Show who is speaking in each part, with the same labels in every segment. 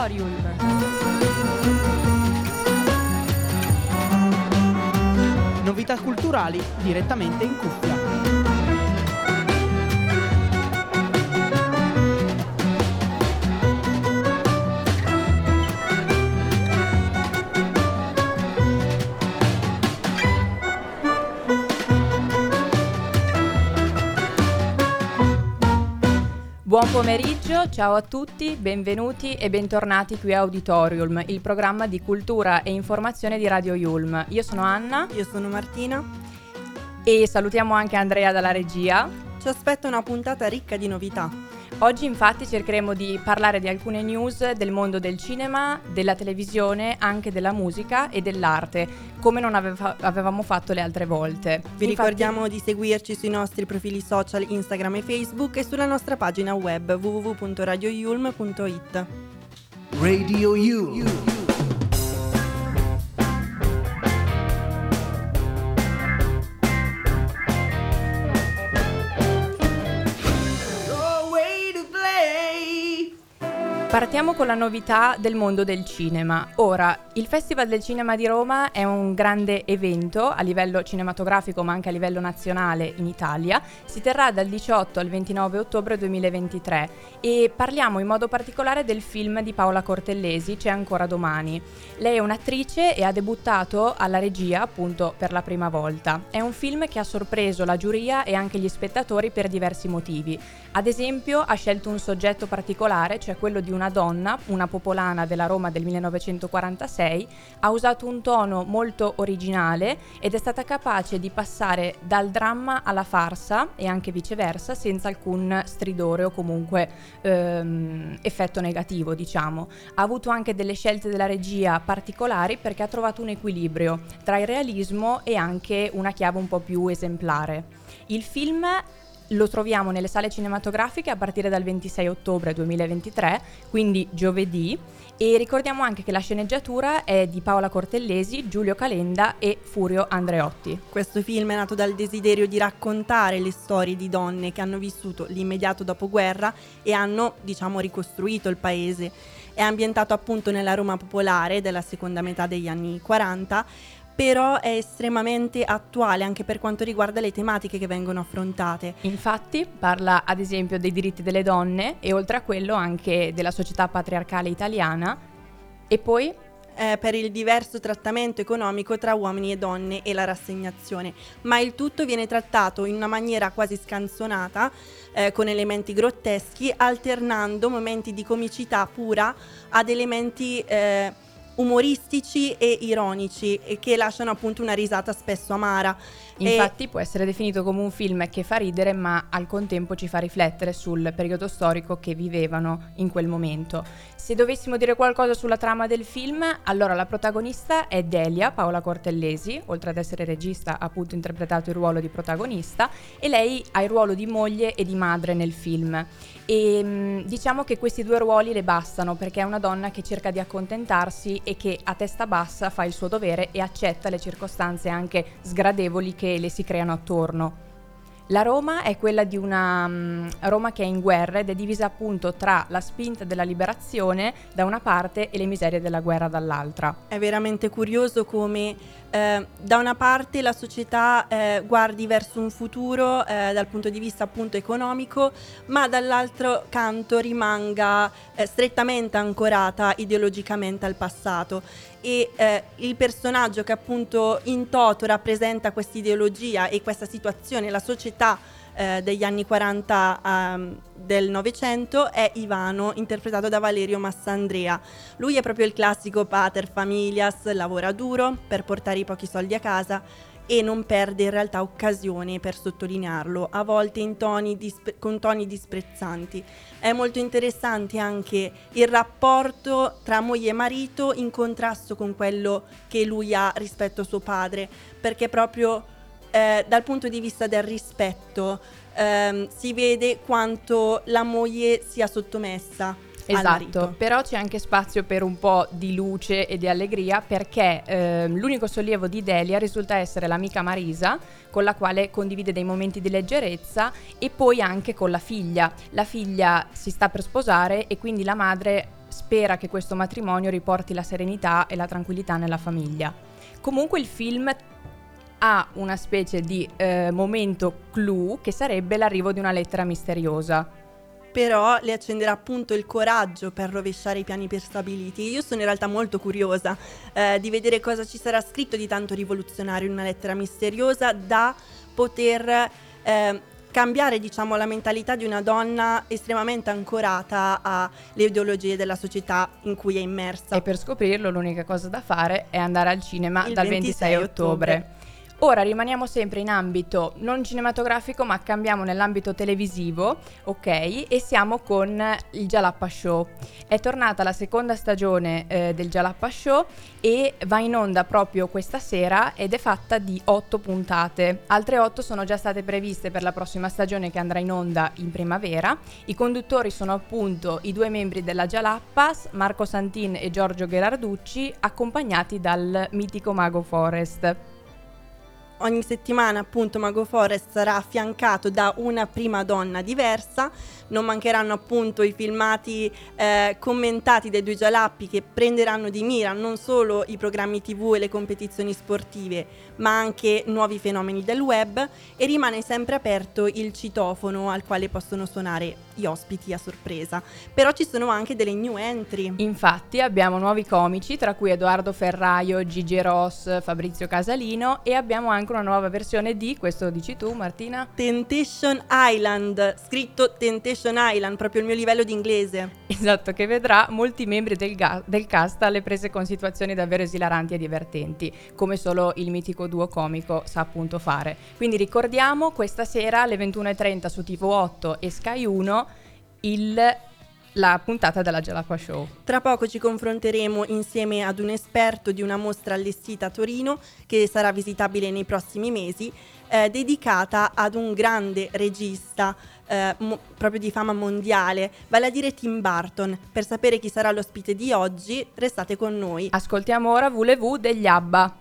Speaker 1: Auditorium.
Speaker 2: Novità culturali direttamente in cuffia.
Speaker 1: Buon pomeriggio, ciao a tutti, benvenuti e bentornati qui a Auditorium, il programma di cultura e informazione di Radio Yulm. Io sono Anna.
Speaker 3: Io sono Martina.
Speaker 1: E salutiamo anche Andrea dalla regia.
Speaker 3: Ci aspetta una puntata ricca di novità.
Speaker 1: Oggi infatti cercheremo di parlare di alcune news del mondo del cinema, della televisione, anche della musica e dell'arte, come non avevamo fatto le altre volte.
Speaker 3: Vi ricordiamo di seguirci sui nostri profili social Instagram e Facebook e sulla nostra pagina web www.radioyulm.it.
Speaker 4: Radio Yulm.
Speaker 1: Partiamo con la novità del mondo del cinema. Ora, il Festival del Cinema di Roma è un grande evento a livello cinematografico ma anche a livello nazionale in Italia. Si terrà dal 18 al 29 ottobre 2023 e parliamo in modo particolare del film di Paola Cortellesi, C'è ancora domani. Lei è un'attrice e ha debuttato alla regia appunto per la prima volta. È un film che ha sorpreso la giuria e anche gli spettatori per diversi motivi. Ad esempio ha scelto un soggetto particolare, cioè quello di una donna, una popolana della Roma del 1946, ha usato un tono molto originale ed è stata capace di passare dal dramma alla farsa e anche viceversa senza alcun stridore o comunque effetto negativo, diciamo. Ha avuto anche delle scelte della regia particolari perché ha trovato un equilibrio tra il realismo e anche una chiave un po' più esemplare. Il film lo troviamo nelle sale cinematografiche a partire dal 26 ottobre 2023, quindi giovedì, e ricordiamo anche che la sceneggiatura è di Paola Cortellesi, Giulio Calenda e Furio Andreotti.
Speaker 3: Questo film è nato dal desiderio di raccontare le storie di donne che hanno vissuto l'immediato dopoguerra e hanno, ricostruito il paese. È ambientato appunto nella Roma popolare della seconda metà degli anni 40, però è estremamente attuale anche per quanto riguarda le tematiche che vengono affrontate.
Speaker 1: Infatti parla ad esempio dei diritti delle donne e oltre a quello anche della società patriarcale italiana e poi
Speaker 3: per il diverso trattamento economico tra uomini e donne e la rassegnazione, ma il tutto viene trattato in una maniera quasi scanzonata, con elementi grotteschi, alternando momenti di comicità pura ad elementi umoristici e ironici che lasciano appunto una risata spesso amara.
Speaker 1: Infatti può essere definito come un film che fa ridere ma al contempo ci fa riflettere sul periodo storico che vivevano in quel momento. Se dovessimo dire qualcosa sulla trama del film, allora la protagonista è Delia, Paola Cortellesi, oltre ad essere regista ha appunto interpretato il ruolo di protagonista e lei ha il ruolo di moglie e di madre nel film. E diciamo che questi due ruoli le bastano perché è una donna che cerca di accontentarsi e che a testa bassa fa il suo dovere e accetta le circostanze anche sgradevoli che le si creano attorno. La Roma è quella di una Roma che è in guerra ed è divisa appunto tra la spinta della liberazione da una parte e le miserie della guerra dall'altra.
Speaker 3: È veramente curioso come da una parte la società guardi verso un futuro dal punto di vista appunto economico, ma dall'altro canto rimanga strettamente ancorata ideologicamente al passato. E il personaggio che appunto in toto rappresenta questa ideologia e questa situazione, la società degli anni 40 del Novecento è Ivano, interpretato da Valerio Massandrea. Lui è proprio il classico pater familias, lavora duro per portare i pochi soldi a casa e non perde in realtà occasione per sottolinearlo, a volte in con toni disprezzanti. È molto interessante anche il rapporto tra moglie e marito in contrasto con quello che lui ha rispetto a suo padre, perché proprio dal punto di vista del rispetto si vede quanto la moglie sia sottomessa
Speaker 1: Esatto, però c'è anche spazio per un po' di luce e di allegria, perché l'unico sollievo di Delia risulta essere l'amica Marisa, con la quale condivide dei momenti di leggerezza, e poi anche con la figlia. La figlia si sta per sposare e quindi la madre spera che questo matrimonio riporti la serenità e la tranquillità nella famiglia. Comunque il film ha una specie di momento clou che sarebbe l'arrivo di una lettera misteriosa.
Speaker 3: Però le accenderà appunto il coraggio per rovesciare i piani prestabiliti. Io sono in realtà molto curiosa di vedere cosa ci sarà scritto di tanto rivoluzionario in una lettera misteriosa da poter cambiare, diciamo, la mentalità di una donna estremamente ancorata alle ideologie della società in cui è immersa.
Speaker 1: E per scoprirlo l'unica cosa da fare è andare al cinema
Speaker 3: Il
Speaker 1: dal
Speaker 3: 26
Speaker 1: 26 ottobre. Ora rimaniamo sempre in ambito non cinematografico, ma cambiamo nell'ambito televisivo, ok? E siamo con il Jalappa Show. È tornata la seconda stagione del Jalappa Show e va in onda proprio questa sera ed è fatta di 8 puntate. Altre 8 sono già state previste per la prossima stagione che andrà in onda in primavera. I conduttori sono appunto i 2 membri della Jalappas, Marco Santin e Giorgio Gherarducci, accompagnati dal mitico Mago Forest.
Speaker 3: Ogni settimana appunto Mago Forest sarà affiancato da una prima donna diversa. Non mancheranno appunto i filmati commentati dai due Jalappi, che prenderanno di mira non solo i programmi TV e le competizioni sportive, ma anche nuovi fenomeni del web, e rimane sempre aperto il citofono al quale possono suonare gli ospiti a sorpresa. Però ci sono anche delle new entry.
Speaker 1: Infatti abbiamo nuovi comici, tra cui Edoardo Ferraio, Gigi Ross, Fabrizio Casalino, e abbiamo anche una nuova versione di, questo dici tu Martina?
Speaker 3: Temptation Island, scritto Temptation Island, proprio il mio livello di inglese.
Speaker 1: Esatto, che vedrà molti membri del cast alle prese con situazioni davvero esilaranti e divertenti, come solo il mitico duo comico sa appunto fare. Quindi ricordiamo, questa sera alle 21:30 su TV8 e Sky 1 la puntata della Jalappa Show.
Speaker 3: Tra poco ci confronteremo insieme ad un esperto di una mostra allestita a Torino, che sarà visitabile nei prossimi mesi, dedicata ad un grande regista proprio di fama mondiale, vale a dire Tim Burton. Per sapere chi sarà l'ospite di oggi, restate con noi.
Speaker 1: Ascoltiamo ora Voulez-Vous degli ABBA.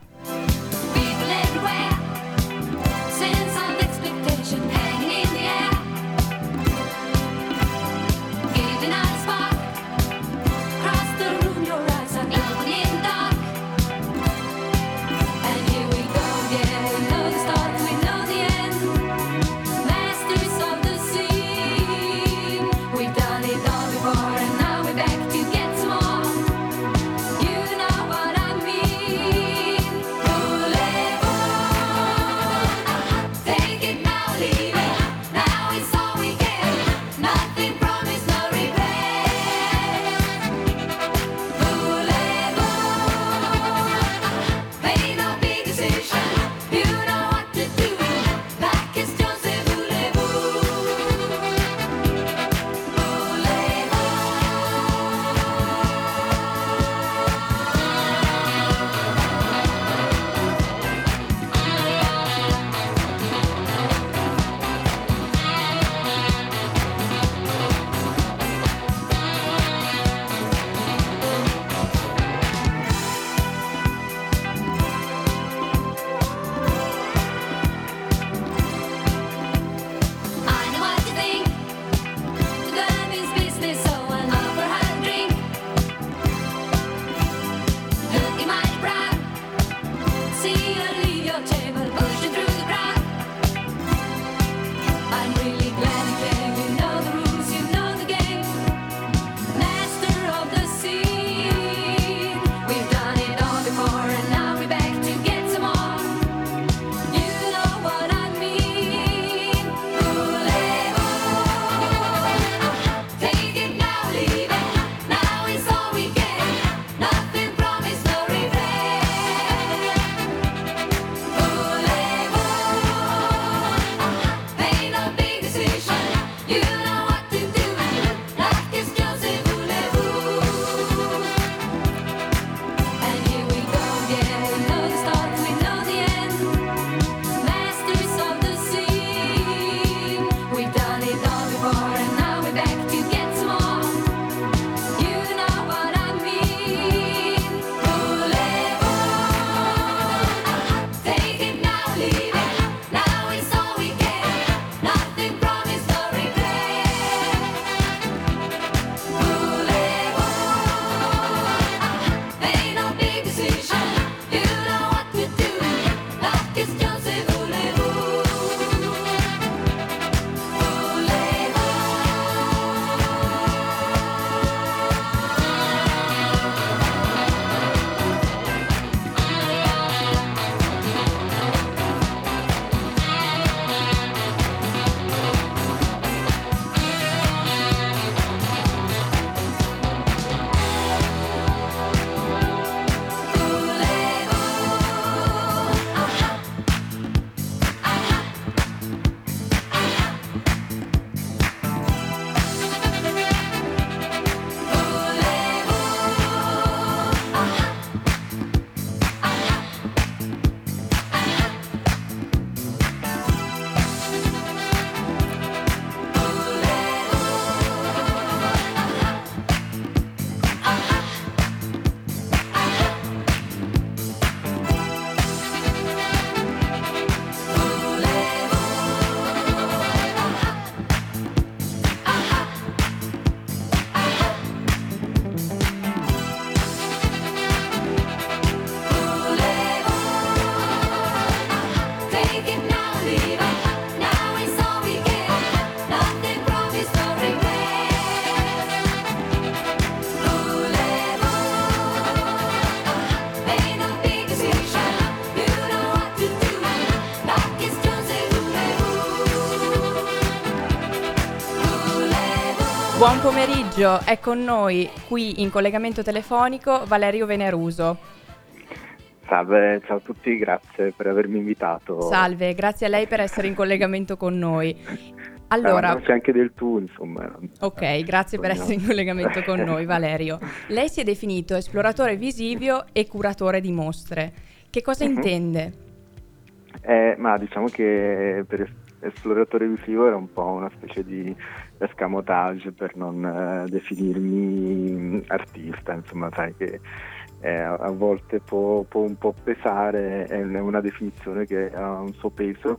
Speaker 1: Buon pomeriggio, è con noi qui in collegamento telefonico Valerio Veneruso.
Speaker 5: Salve, ciao a tutti, grazie per avermi invitato.
Speaker 1: Salve, grazie a lei per essere in collegamento con noi. Allora,
Speaker 5: c'è anche del tu, insomma.
Speaker 1: Ok, grazie per essere in collegamento con noi, Valerio. Lei si è definito esploratore visivo e curatore di mostre. Che cosa intende?
Speaker 5: Ma diciamo che per esploratore visivo era un po' una specie di escamotage per non definirmi artista, insomma, sai che a volte può un po' pesare, è una definizione che ha un suo peso.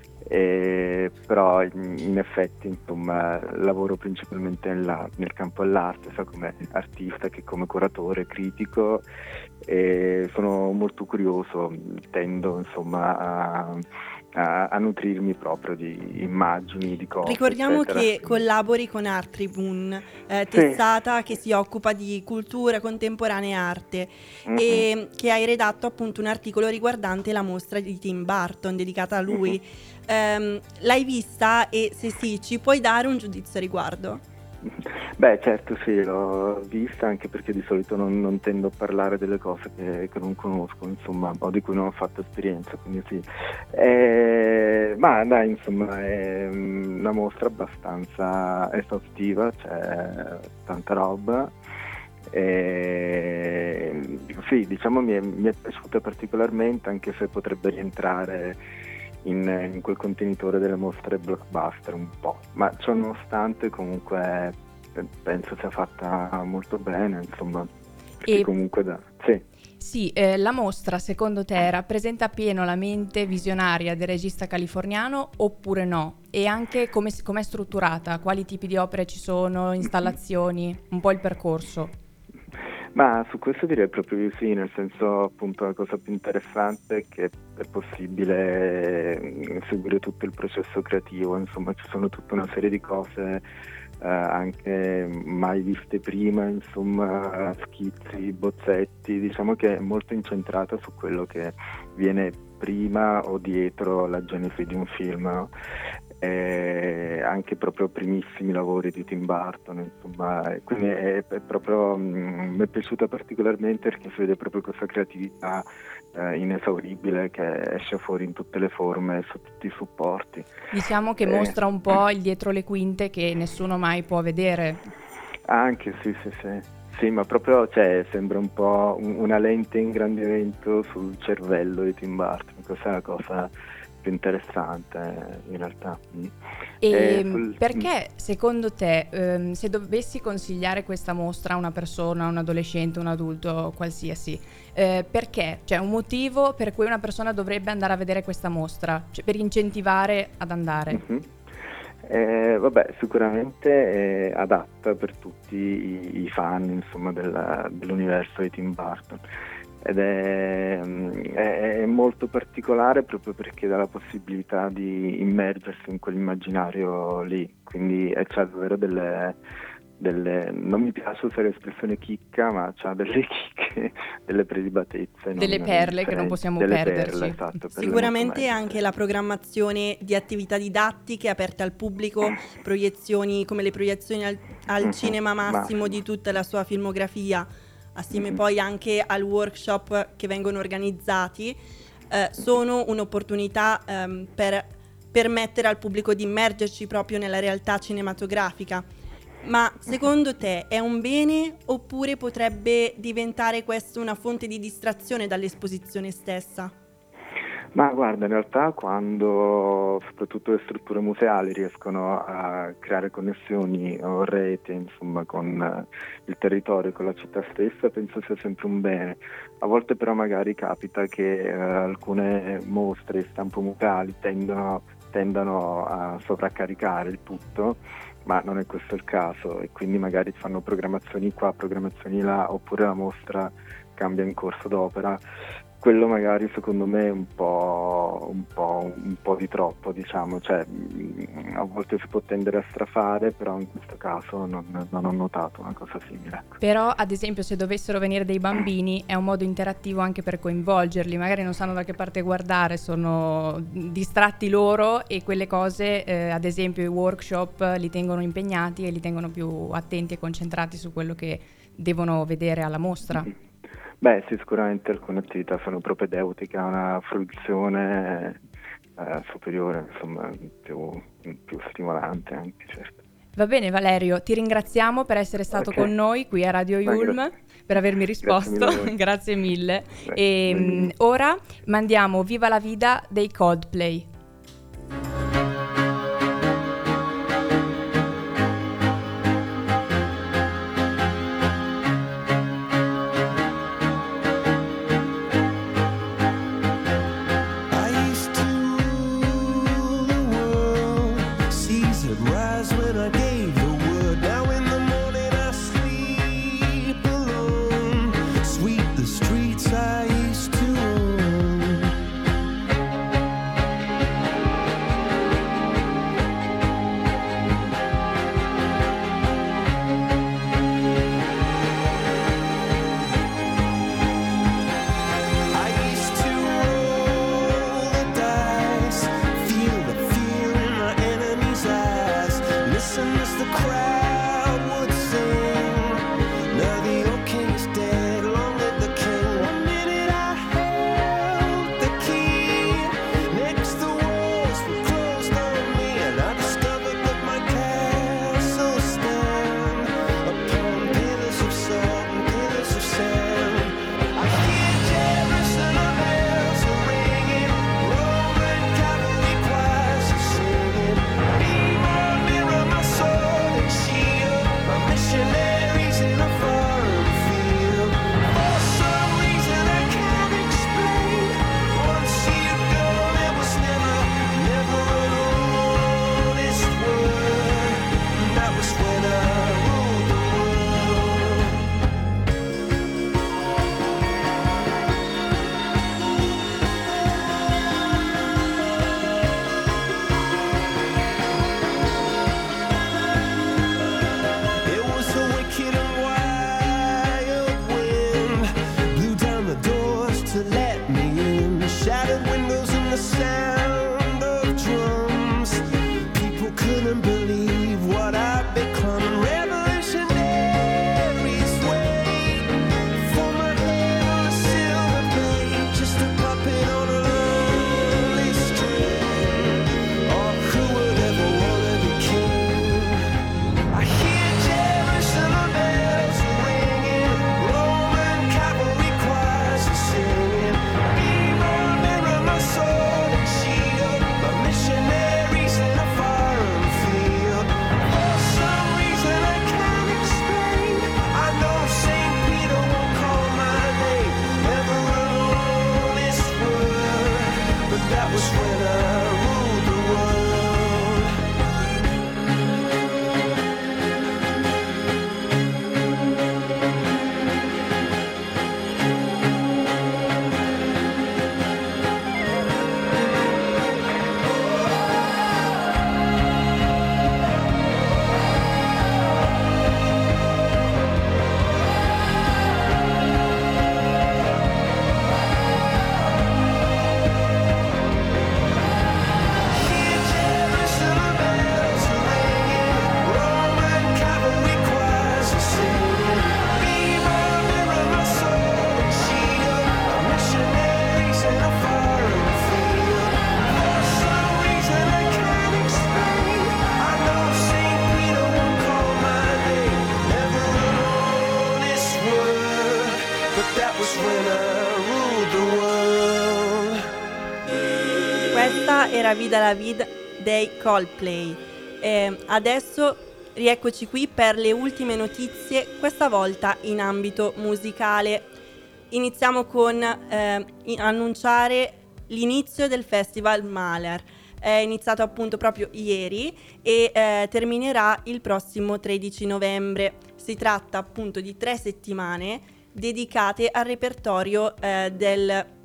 Speaker 5: Però in effetti, insomma, lavoro principalmente nel campo dell'arte, sia come artista che come curatore, critico, e sono molto curioso, tendo insomma a nutrirmi proprio di immagini, di cose.
Speaker 3: Ricordiamo
Speaker 5: eccetera.
Speaker 3: che collabori con Art Tribune, testata che si occupa di cultura contemporanea e arte, e che hai redatto appunto un articolo riguardante la mostra di Tim Burton dedicata a lui. L'hai vista e se sì, ci puoi dare un giudizio a riguardo?
Speaker 5: Beh, certo, sì, l'ho vista, anche perché di solito non tendo a parlare delle cose che non conosco, insomma, o di cui non ho fatto esperienza, quindi sì. Ma dai, insomma, è una mostra abbastanza esaustiva, c'è tanta roba. Sì, diciamo mi è piaciuta particolarmente, anche se potrebbe rientrare in quel contenitore delle mostre blockbuster un po', ma ciò nonostante comunque penso sia fatta molto bene, insomma, perché comunque
Speaker 1: Sì, la mostra secondo te rappresenta appieno la mente visionaria del regista californiano oppure no? E anche come è strutturata, quali tipi di opere ci sono, installazioni, un po' il percorso?
Speaker 5: Ma su questo direi proprio di sì, nel senso, appunto, la cosa più interessante è che è possibile seguire tutto il processo creativo, insomma ci sono tutta una serie di cose anche mai viste prima, insomma schizzi, bozzetti, diciamo che è molto incentrata su quello che viene prima o dietro la genesi di un film, no? Anche proprio primissimi lavori di Tim Burton, insomma, quindi è proprio mi è piaciuta particolarmente perché si vede proprio questa creatività inesauribile che esce fuori in tutte le forme, su tutti i supporti.
Speaker 1: Diciamo che mostra un po' il dietro le quinte che nessuno mai può vedere.
Speaker 5: Anche sì, ma proprio sembra un po' una lente ingrandimento sul cervello di Tim Burton, questa è la cosa più interessante in realtà.
Speaker 1: Perché secondo te, se dovessi consigliare questa mostra a una persona, un adolescente, un adulto qualsiasi, perché? C'è un motivo per cui una persona dovrebbe andare a vedere questa mostra, cioè per incentivare ad andare?
Speaker 5: Vabbè, sicuramente è adatta per tutti i fan, insomma, dell'universo di Tim Burton. Ed è molto particolare proprio perché dà la possibilità di immergersi in quell'immaginario lì, quindi c'ha davvero delle non mi piace usare l'espressione chicca, ma c'ha delle chicche, delle prelibatezze,
Speaker 1: delle perle che non possiamo perderci.
Speaker 5: Perle, esatto,
Speaker 3: Sicuramente anche la programmazione di attività didattiche aperte al pubblico, proiezioni come le proiezioni al cinema massimo di tutta la sua filmografia, assieme poi anche al workshop che vengono organizzati, sono un'opportunità per permettere al pubblico di immergerci proprio nella realtà cinematografica. Ma secondo te è un bene oppure potrebbe diventare questo una fonte di distrazione dall'esposizione stessa?
Speaker 5: Ma guarda, in realtà quando soprattutto le strutture museali riescono a creare connessioni o rete, insomma, con il territorio, con la città stessa, penso sia sempre un bene. A volte però magari capita che alcune mostre, stampo museali tendano a sovraccaricare il tutto, ma non è questo il caso, e quindi magari fanno programmazioni qua, programmazioni là, oppure la mostra cambia in corso d'opera. quello magari secondo me è un po' di troppo, diciamo, cioè a volte si può tendere a strafare, però in questo caso non ho notato una cosa simile.
Speaker 1: Però ad esempio se dovessero venire dei bambini è un modo interattivo anche per coinvolgerli, magari non sanno da che parte guardare, sono distratti loro e quelle cose, ad esempio i workshop li tengono impegnati e li tengono più attenti e concentrati su quello che devono vedere alla mostra.
Speaker 5: Beh sì, sicuramente alcune attività sono propedeutiche a una fruizione superiore, insomma più stimolante anche, certo.
Speaker 1: Va bene Valerio, ti ringraziamo per essere stato con noi qui a Radio Yulm, per avermi risposto, grazie mille. E ora mandiamo Viva la Vida dei Coldplay.
Speaker 3: Questa era Vida la Vida dei Coldplay. Adesso rieccoci qui per le ultime notizie, questa volta in ambito musicale. Iniziamo con annunciare l'inizio del Festival Mahler. È iniziato appunto proprio ieri e terminerà il prossimo 13 novembre. Si tratta appunto di 3 settimane dedicate al repertorio del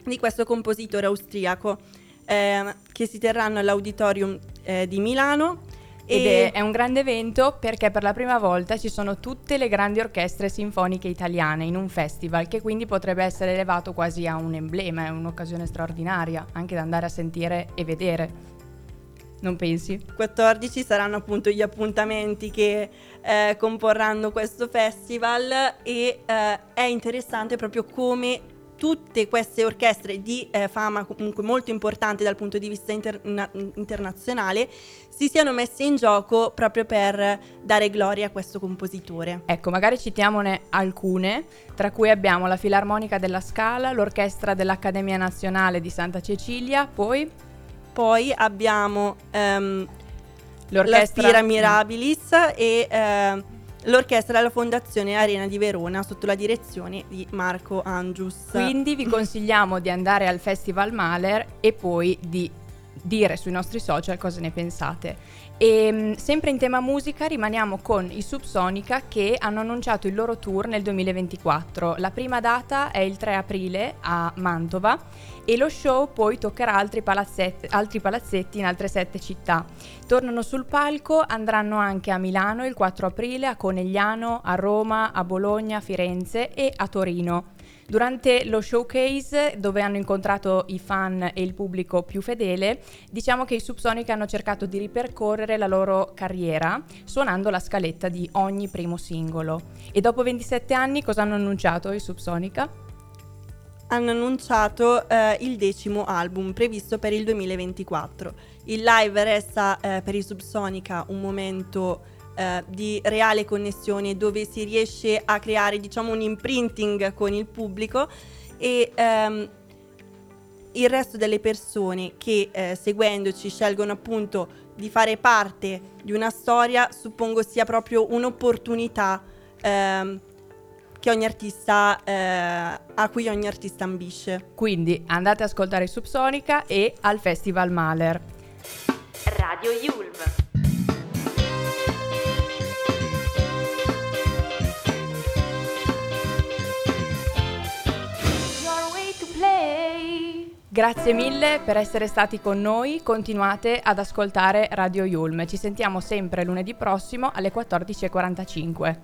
Speaker 3: di questo compositore austriaco, che si terranno all'Auditorium di Milano.
Speaker 1: Ed è un grande evento perché per la prima volta ci sono tutte le grandi orchestre sinfoniche italiane in un festival, che quindi potrebbe essere elevato quasi a un emblema, è un'occasione straordinaria anche da andare a sentire e vedere. Non pensi?
Speaker 3: 14 saranno appunto gli appuntamenti che comporranno questo festival, e è interessante proprio come tutte queste orchestre di fama comunque molto importante dal punto di vista internazionale si siano messe in gioco proprio per dare gloria a questo compositore.
Speaker 1: Ecco, magari citiamone alcune, tra cui abbiamo la Filarmonica della Scala, l'Orchestra dell'Accademia Nazionale di Santa Cecilia, poi
Speaker 3: abbiamo la
Speaker 1: l'Orchestra
Speaker 3: Spira Mirabilis e l'orchestra della Fondazione Arena di Verona sotto la direzione di Marco Angius.
Speaker 1: Quindi vi consigliamo di andare al Festival Mahler e poi di dire sui nostri social cosa ne pensate. E sempre in tema musica rimaniamo con i Subsonica, che hanno annunciato il loro tour nel 2024. La prima data è il 3 aprile a Mantova e lo show poi toccherà altri palazzetti in altre 7 città. Tornano sul palco, andranno anche a Milano il 4 aprile, a Conegliano, a Roma, a Bologna, a Firenze e a Torino. Durante lo showcase, dove hanno incontrato i fan e il pubblico più fedele, diciamo che i Subsonica hanno cercato di ripercorrere la loro carriera suonando la scaletta di ogni primo singolo. E dopo 27 anni cosa hanno annunciato i Subsonica?
Speaker 3: Hanno annunciato il 10° album previsto per il 2024. Il live resta per i Subsonica un momento di reale connessione, dove si riesce a creare, diciamo, un imprinting con il pubblico, e il resto delle persone che seguendoci scelgono appunto di fare parte di una storia, suppongo sia proprio un'opportunità che ogni artista a cui ogni artista ambisce.
Speaker 1: Quindi andate ad ascoltare i Subsonica e al Festival Mahler.
Speaker 6: Radio Yulm.
Speaker 1: Grazie mille per essere stati con noi, continuate ad ascoltare Radio Yulm. Ci sentiamo sempre lunedì prossimo alle 14:45.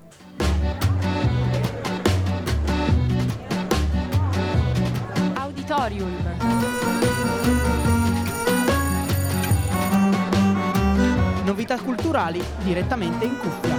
Speaker 2: Auditorium. Novità culturali direttamente in cuffia.